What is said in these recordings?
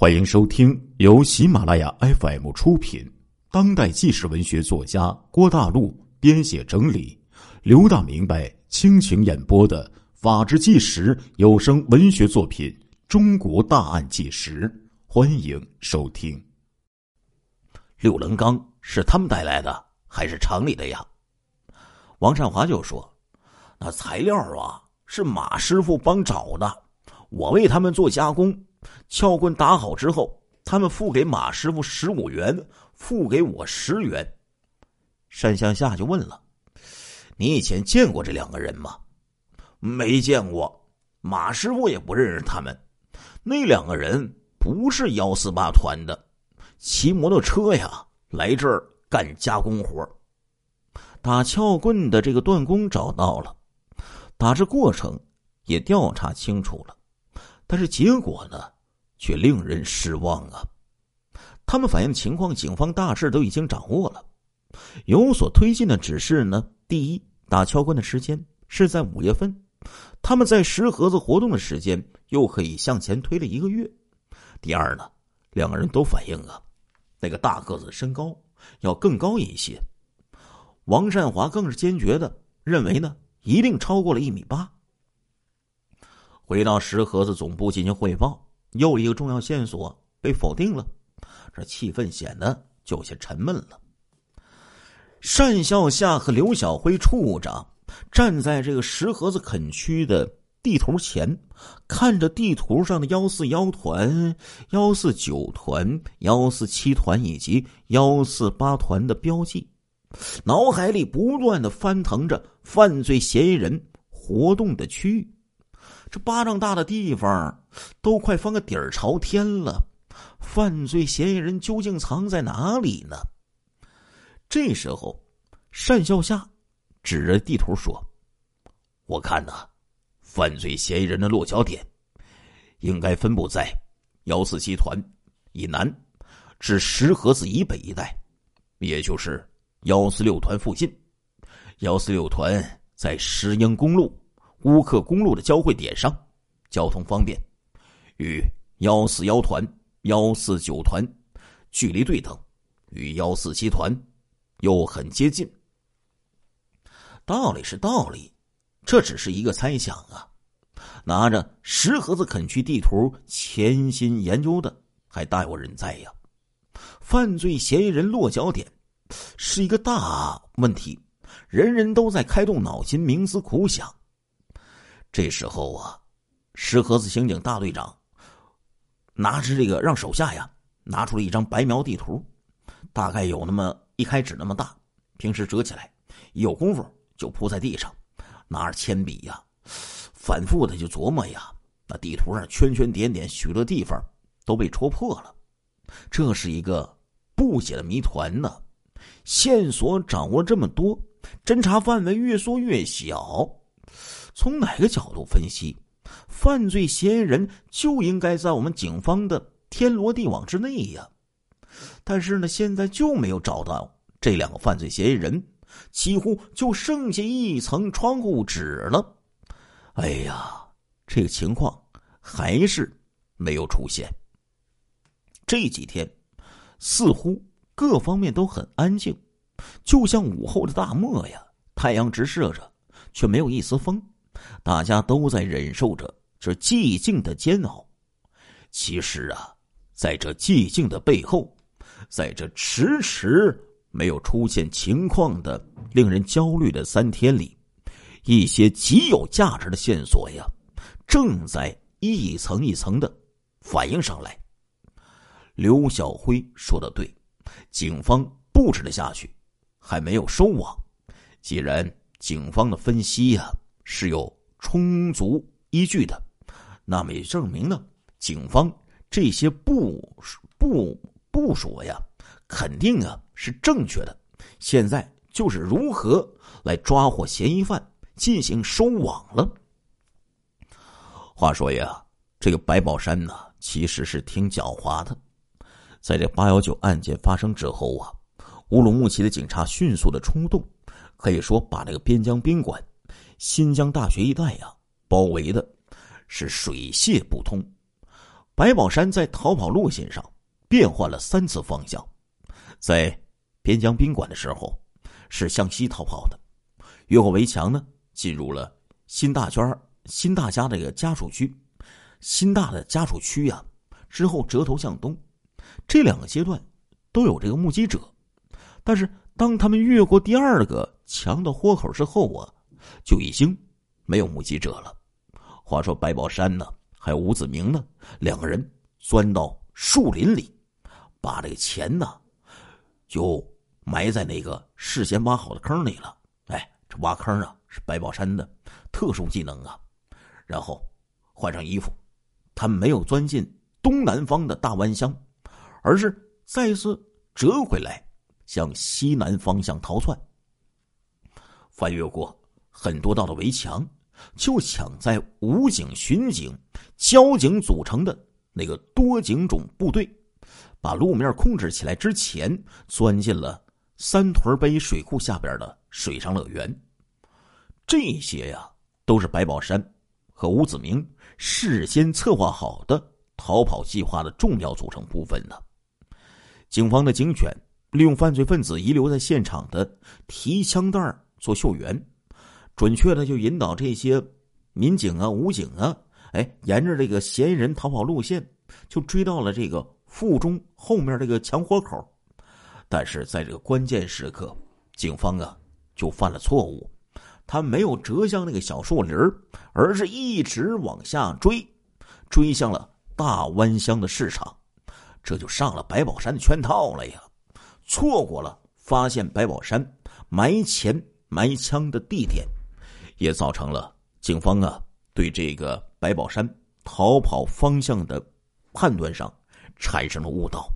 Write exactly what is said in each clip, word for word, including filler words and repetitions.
欢迎收听由喜马拉雅 F M 出品，当代纪实文学作家郭大陆编写整理，刘大明白倾情演播的法制纪实有声文学作品《中国大案纪实》，欢迎收听。 六棱钢是他们带来的还是厂里的呀？王善华就说，那材料啊是马师傅帮找的，我为他们做加工，撬棍打好之后，他们付给马师傅十五元，付给我十元。单向夏就问了，你以前见过这两个人吗？没见过，马师傅也不认识他们。那两个人不是一四八团的，骑摩托车呀来这儿干加工活。打撬棍的这个断工找到了，打这过程也调查清楚了，但是结果呢却令人失望啊！他们反映情况，警方大致都已经掌握了。有所推进的指示呢，第一，打撬棍的时间是在五月份，他们在石河子活动的时间又可以向前推了一个月。第二呢，两个人都反映啊，那个大个子的身高要更高一些。王善华更是坚决的认为呢，一定超过了一米八。回到石河子总部进行汇报，又一个重要线索被否定了，这气氛显得就有些沉闷了。单孝夏和刘晓辉处长站在这个石河子垦区的地图前，看着地图上的一四一团、一四九团、一四七团以及一四八团的标记，脑海里不断的翻腾着犯罪嫌疑人活动的区域。这巴掌大的地方都快翻个底儿朝天了，犯罪嫌疑人究竟藏在哪里呢？这时候单孝夏指着地图说，我看呐，犯罪嫌疑人的落脚点应该分布在一四七团以南至石河子以北一带，也就是一四六团附近。一四六团在石英公路乌克公路的交汇点上，交通方便，与一四一团、一四九团距离对等，与一四七团又很接近。道理是道理，这只是一个猜想啊。拿着石河子垦区地图潜心研究的还大有人在呀。犯罪嫌疑人落脚点是一个大问题，人人都在开动脑筋冥思苦想。这时候啊，石河子刑警大队长拿着这个让手下呀拿出了一张白描地图，大概有那么一开纸那么大，平时折起来一有功夫就铺在地上，拿着铅笔呀反复的就琢磨呀，那地图上圈圈点点许多地方都被戳破了。这是一个不解的谜团呢。线索掌握这么多，侦查范围越缩越小，从哪个角度分析，犯罪嫌疑人就应该在我们警方的天罗地网之内呀。但是呢，现在就没有找到这两个犯罪嫌疑人，几乎就剩下一层窗户纸了。哎呀，这个情况还是没有出现。这几天似乎各方面都很安静，就像午后的大漠呀，太阳直射着，却没有一丝风，大家都在忍受着这寂静的煎熬。其实啊，在这寂静的背后，在这迟迟没有出现情况的令人焦虑的三天里，一些极有价值的线索呀，正在一层一层的反映上来。刘晓辉说的对，警方布置了下去，还没有收网。既然警方的分析呀是有充足依据的，那么也证明呢，警方这些部部部署呀，肯定啊是正确的。现在就是如何来抓获嫌疑犯，进行收网了。话说呀，这个白宝山呢，其实是挺狡猾的。在这八一九案件发生之后啊，乌鲁木齐的警察迅速的出动，可以说把这个边疆宾馆、新疆大学一带呀包围的是水泄不通。 白宝山在逃跑路线上变换了三次方向，在边疆宾馆的时候是向西逃跑的，越过围墙呢，进入了新大圈新大家这个家属区，新大的家属区啊，之后折头向东。这两个阶段都有这个目击者，但是当他们越过第二个墙的豁口之后啊，就已经没有目击者了。话说白宝山呢，还有吴子明呢，两个人钻到树林里，把这个钱呢就埋在那个事先挖好的坑里了。哎，这挖坑啊是白宝山的特殊技能啊。然后换上衣服，他没有钻进东南方的大湾乡，而是再次折回来向西南方向逃窜，翻越过很多道的围墙，就抢在武警、巡警、交警组成的那个多警种部队把路面控制起来之前，钻进了三屯碑水库下边的水上乐园。这些呀，都是白宝山和吴子明事先策划好的逃跑计划的重要组成部分呢。警方的警犬利用犯罪分子遗留在现场的提枪袋做嗅源，准确的就引导这些民警啊、武警啊，哎，沿着这个嫌疑人逃跑路线，就追到了这个附中后面这个墙豁口。但是在这个关键时刻，警方啊就犯了错误，他没有折向那个小树林，而是一直往下追，追向了大湾乡的市场，这就上了白宝山的圈套了呀。错过了发现白宝山埋钱埋枪的地点，也造成了警方啊对这个白宝山逃跑方向的判断上产生了误导。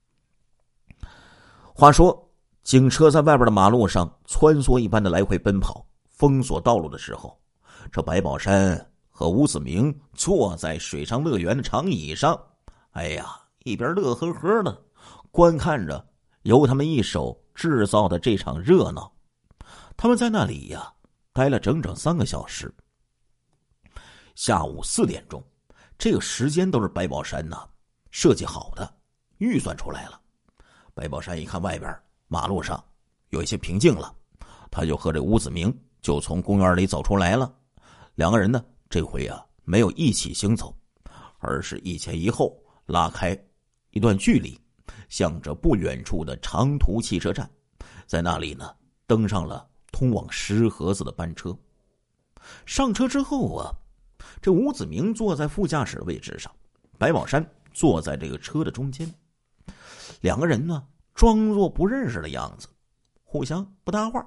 话说警车在外边的马路上穿梭一般的来回奔跑，封锁道路的时候，这白宝山和吴子明坐在水上乐园的长椅上，哎呀，一边乐呵呵的观看着由他们一手制造的这场热闹。他们在那里呀待了整整三个小时。下午四点钟，这个时间都是白宝山呐设计好的，预算出来了。白宝山一看外边马路上有一些平静了，他就和这吴子明就从公园里走出来了。两个人呢这回啊没有一起行走，而是一前一后拉开一段距离，向着不远处的长途汽车站，在那里呢登上了通往石河子的班车。上车之后啊，这吴子明坐在副驾驶的位置上，白宝山坐在这个车的中间。两个人呢装作不认识的样子，互相不搭话。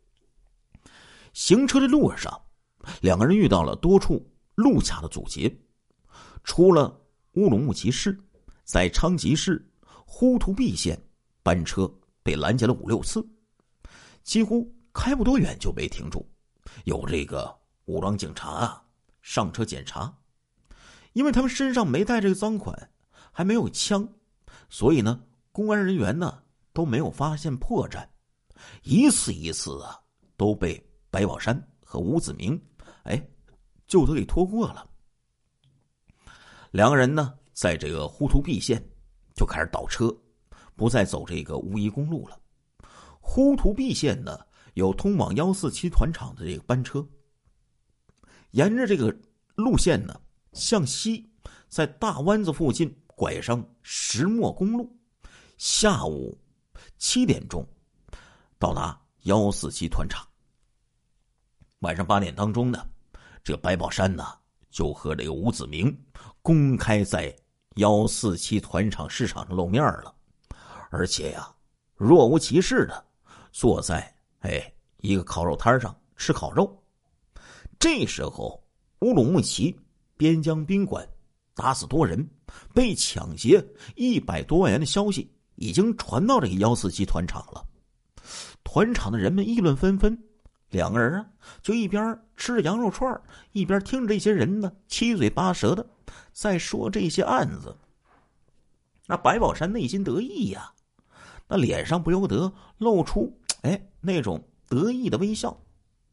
行车的路上，两个人遇到了多处路卡的阻截，出了乌鲁木齐市，在昌吉市呼图壁县班车被拦截了五六次，几乎开不多远就被停住，有这个武装警察啊上车检查。因为他们身上没带这个赃款，还没有枪，所以呢公安人员呢都没有发现破绽，一次一次啊都被白宝山和吴子明哎就都给拖过了。两个人呢在这个呼图壁县就开始倒车，不再走这个乌衣公路了。呼图壁县呢有通往一四七团场的这个班车，沿着这个路线呢向西，在大湾子附近拐上石磨公路，下午七点钟到达一四七团场。晚上八点当中呢，这个白宝山呢就和这个吴子明公开在一四七团场市场上露面了，而且呀若无其事的坐在哎一个烤肉摊上吃烤肉。这时候乌鲁木齐边疆宾馆打死多人，被抢劫一百多万元的消息已经传到这个一四七团场了。团场的人们议论纷纷，两个人啊就一边吃着羊肉串，一边听着这些人呢七嘴八舌的在说这些案子。那白宝山内心得意呀、啊，那脸上不由得露出哎那种得意的微笑。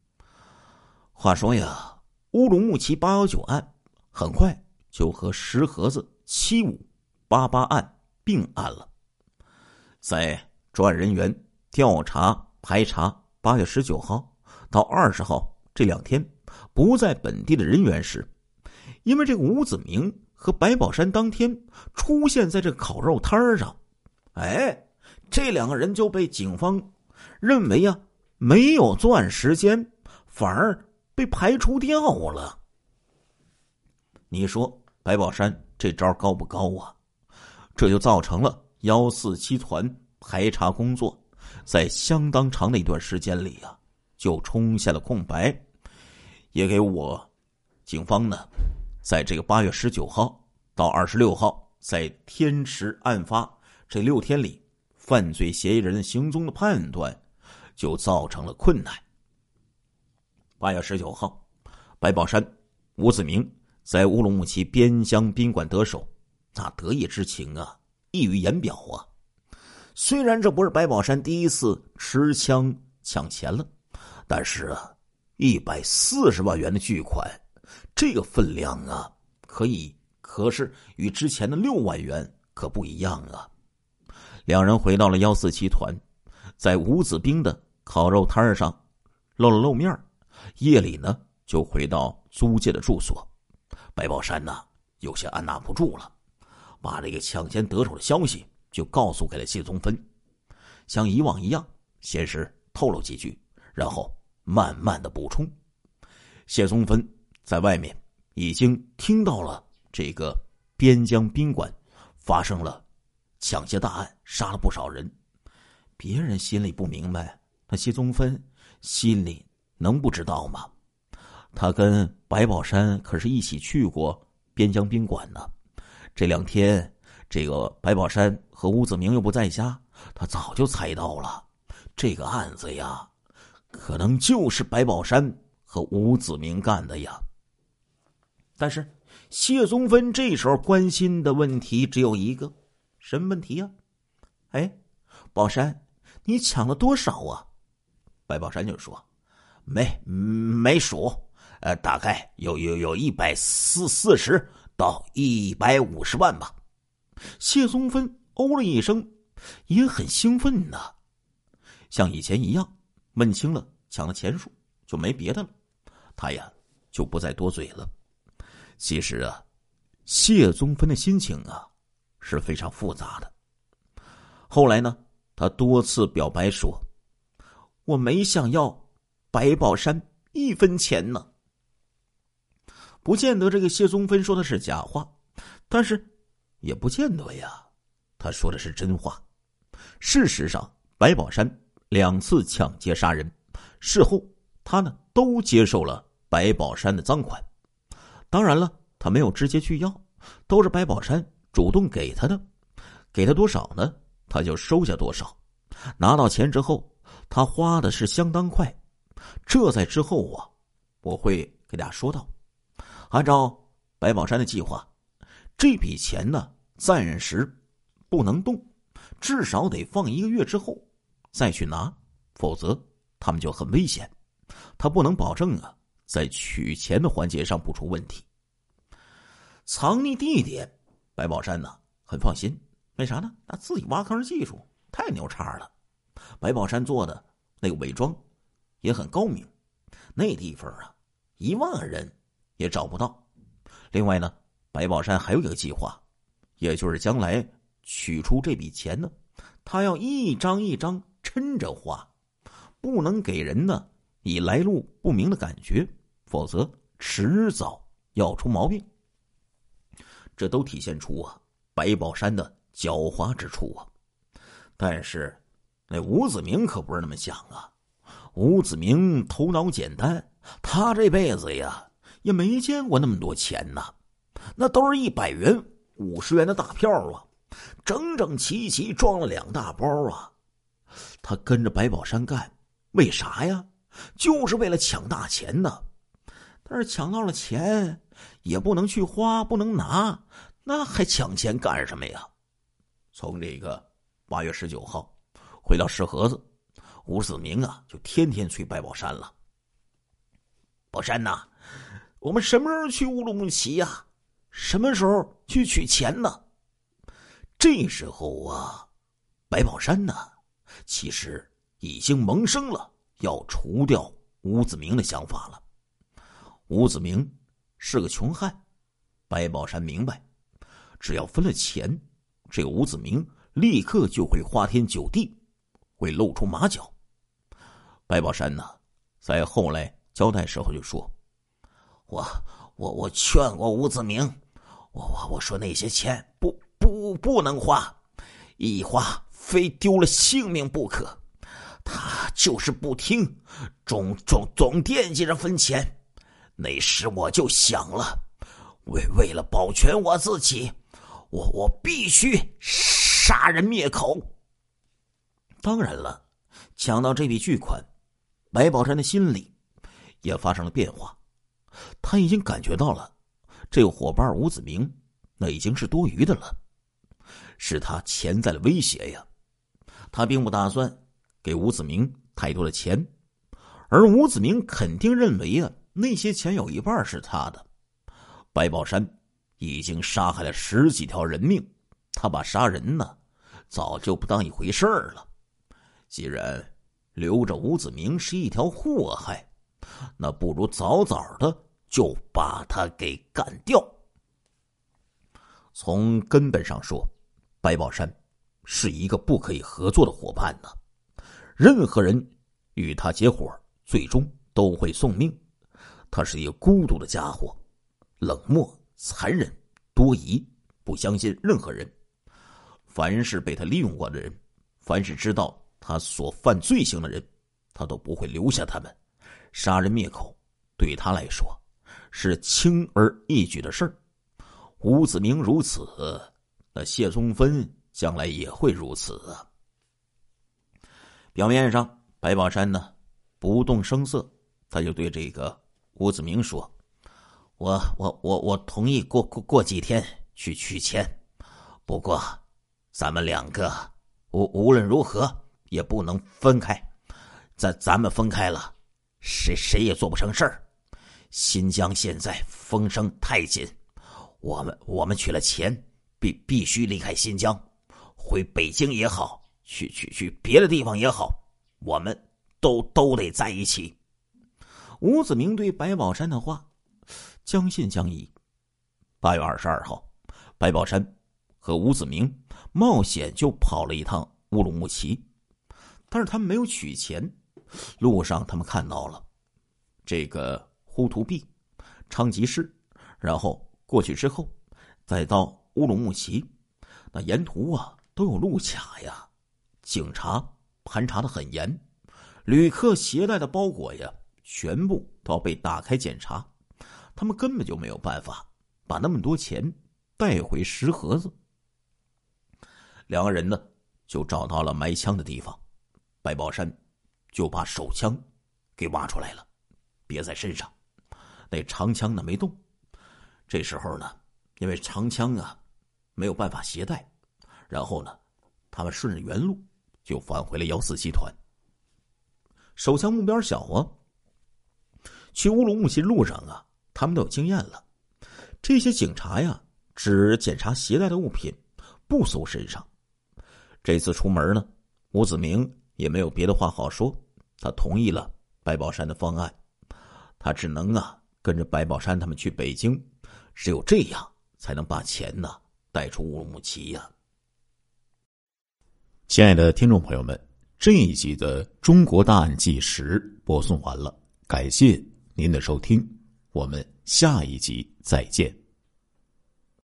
话说呀，乌鲁木齐八一九案很快就和石河子七五八八案并案了。在专案人员调查排查八月十九号到二十号这两天不在本地的人员时，因为这个吴子明和白宝山当天出现在这个烤肉摊上，哎，这两个人就被警方认为啊没有作案时间，反而被排除掉了。你说白宝山这招高不高啊？这就造成了一四七团排查工作在相当长的一段时间里啊就冲下了空白，也给我警方呢在这个八月十九号到二十六号在天池案发这六天里犯罪嫌疑人行踪的判断就造成了困难。八月十九号，白宝山、吴子明在乌鲁木齐边疆宾馆得手，那得意之情啊溢于言表啊。虽然这不是白宝山第一次持枪抢钱了，但是啊一百四十万元的巨款，这个分量啊可以可是与之前的六万元可不一样啊。两人回到了一四七团，在吴子兵的烤肉摊上露了露面，夜里呢就回到租界的住所。白宝山呢有些按捺不住了，把这个抢钱得手的消息就告诉给了谢宗芬。像以往一样，先是透露几句，然后慢慢的补充。谢宗芬在外面已经听到了这个边疆宾馆发生了抢劫大案，杀了不少人。别人心里不明白，那谢宗芬心里能不知道吗？他跟白宝山可是一起去过边疆宾馆呢。这两天这个白宝山和吴子明又不在家，他早就猜到了这个案子呀可能就是白宝山和吴子明干的呀。但是谢宗芬这时候关心的问题只有一个，什么问题呀？哎，宝山，你抢了多少啊？白宝山就说没没数，呃，大概有有有一百四四十到一百五十万吧。谢宗芬哦了一声，也很兴奋呐、啊，像以前一样问清了抢了钱数就没别的了，他呀就不再多嘴了。其实啊，谢宗芬的心情啊是非常复杂的。后来呢，他多次表白说，我没想要白宝山一分钱呢。不见得这个谢宗芬说的是假话，但是也不见得呀他说的是真话。事实上，白宝山两次抢劫杀人，事后他呢都接受了白宝山的赃款。当然了，他没有直接去要，都是白宝山主动给他的，给他多少呢他就收下多少。拿到钱之后，他花的是相当快。这在之后啊我会给大家说到。按照白宝山的计划，这笔钱呢暂时不能动，至少得放一个月之后再去拿，否则他们就很危险。他不能保证啊在取钱的环节上不出问题。藏匿地点，白宝山呢很放心，为啥呢？他自己挖坑技术太牛叉了。白宝山做的那个伪装也很高明，那地方啊一万人也找不到。另外呢，白宝山还有一个计划，也就是将来取出这笔钱呢，他要一张一张抻着花，不能给人呢以来路不明的感觉，否则迟早要出毛病。这都体现出啊白宝山的狡猾之处啊。但是那吴子明可不是那么想啊。吴子明头脑简单，他这辈子呀也没见过那么多钱呐，那都是一百元、五十元的大票啊，整整齐齐装了两大包啊。他跟着白宝山干，为啥呀？就是为了抢大钱呢。但是抢到了钱也不能去花，不能拿，那还抢钱干什么呀？从这个八月十九号回到石河子，吴子明啊就天天催白宝山了。宝山呐、啊，我们什么时候去乌鲁木齐呀、啊？ 什么时候去取钱呢？这时候啊，白宝山呢，其实已经萌生了要除掉吴子明的想法了。吴子明是个穷汉，白宝山明白，只要分了钱，这个吴子明立刻就会花天酒地，会露出马脚。白宝山呢，在后来交代时候就说：“我我我劝过吴子明，我我我说那些钱不不不能花，一花非丢了性命不可。他就是不听，总总总惦记着分钱。那时我就想了，为为了保全我自己，我我必须杀人灭口。”当然了，抢到这笔巨款，白宝山的心里也发生了变化。他已经感觉到了，这个伙伴吴子明那已经是多余的了，是他潜在的威胁呀。他并不打算给吴子明太多的钱，而吴子明肯定认为啊，那些钱有一半是他的。白宝山已经杀害了十几条人命，他把杀人呢早就不当一回事儿了。既然留着吴子明是一条祸害，那不如早早的就把他给干掉。从根本上说，白宝山是一个不可以合作的伙伴呢。任何人与他结伙，最终都会送命。他是一个孤独的家伙，冷漠、残忍、多疑，不相信任何人。凡是被他利用过的人，凡是知道他所犯罪行的人，他都不会留下他们。杀人灭口对他来说是轻而易举的事儿。吴子明如此，那谢宗芬将来也会如此啊。表面上白宝山呢不动声色，他就对这个吴子明说：“我我我我同意过过过几天去取钱，不过咱们两个无无论如何也不能分开，咱咱们分开了，谁谁也做不成事儿。新疆现在风声太紧，我们我们取了钱，必必须离开新疆，回北京也好，去去去别的地方也好，我们都都得在一起。”吴子明对白宝山的话将信将疑。八月二十二号，白宝山和吴子明冒险就跑了一趟乌鲁木齐，但是他们没有取钱。路上他们看到了这个呼图壁、昌吉市，然后过去之后再到乌鲁木齐，那沿途啊都有路卡呀，警察盘查得很严，旅客携带的包裹呀全部都要被打开检查，他们根本就没有办法把那么多钱带回石河子。两个人呢就找到了埋枪的地方，白宝山就把手枪给挖出来了，别在身上。那长枪呢没动。这时候呢，因为长枪啊没有办法携带，然后呢他们顺着原路就返回了幺四集团。手枪目标小啊，去乌鲁木齐路上啊他们都有经验了。这些警察呀只检查携带的物品，不搜身上。这次出门呢，吴子明也没有别的话好说，他同意了白宝山的方案。他只能啊跟着白宝山他们去北京，只有这样才能把钱呢带出乌鲁木齐呀。 亲爱的听众朋友们，这一集的中国大案纪实播送完了，感谢您的收听，我们下一集再见。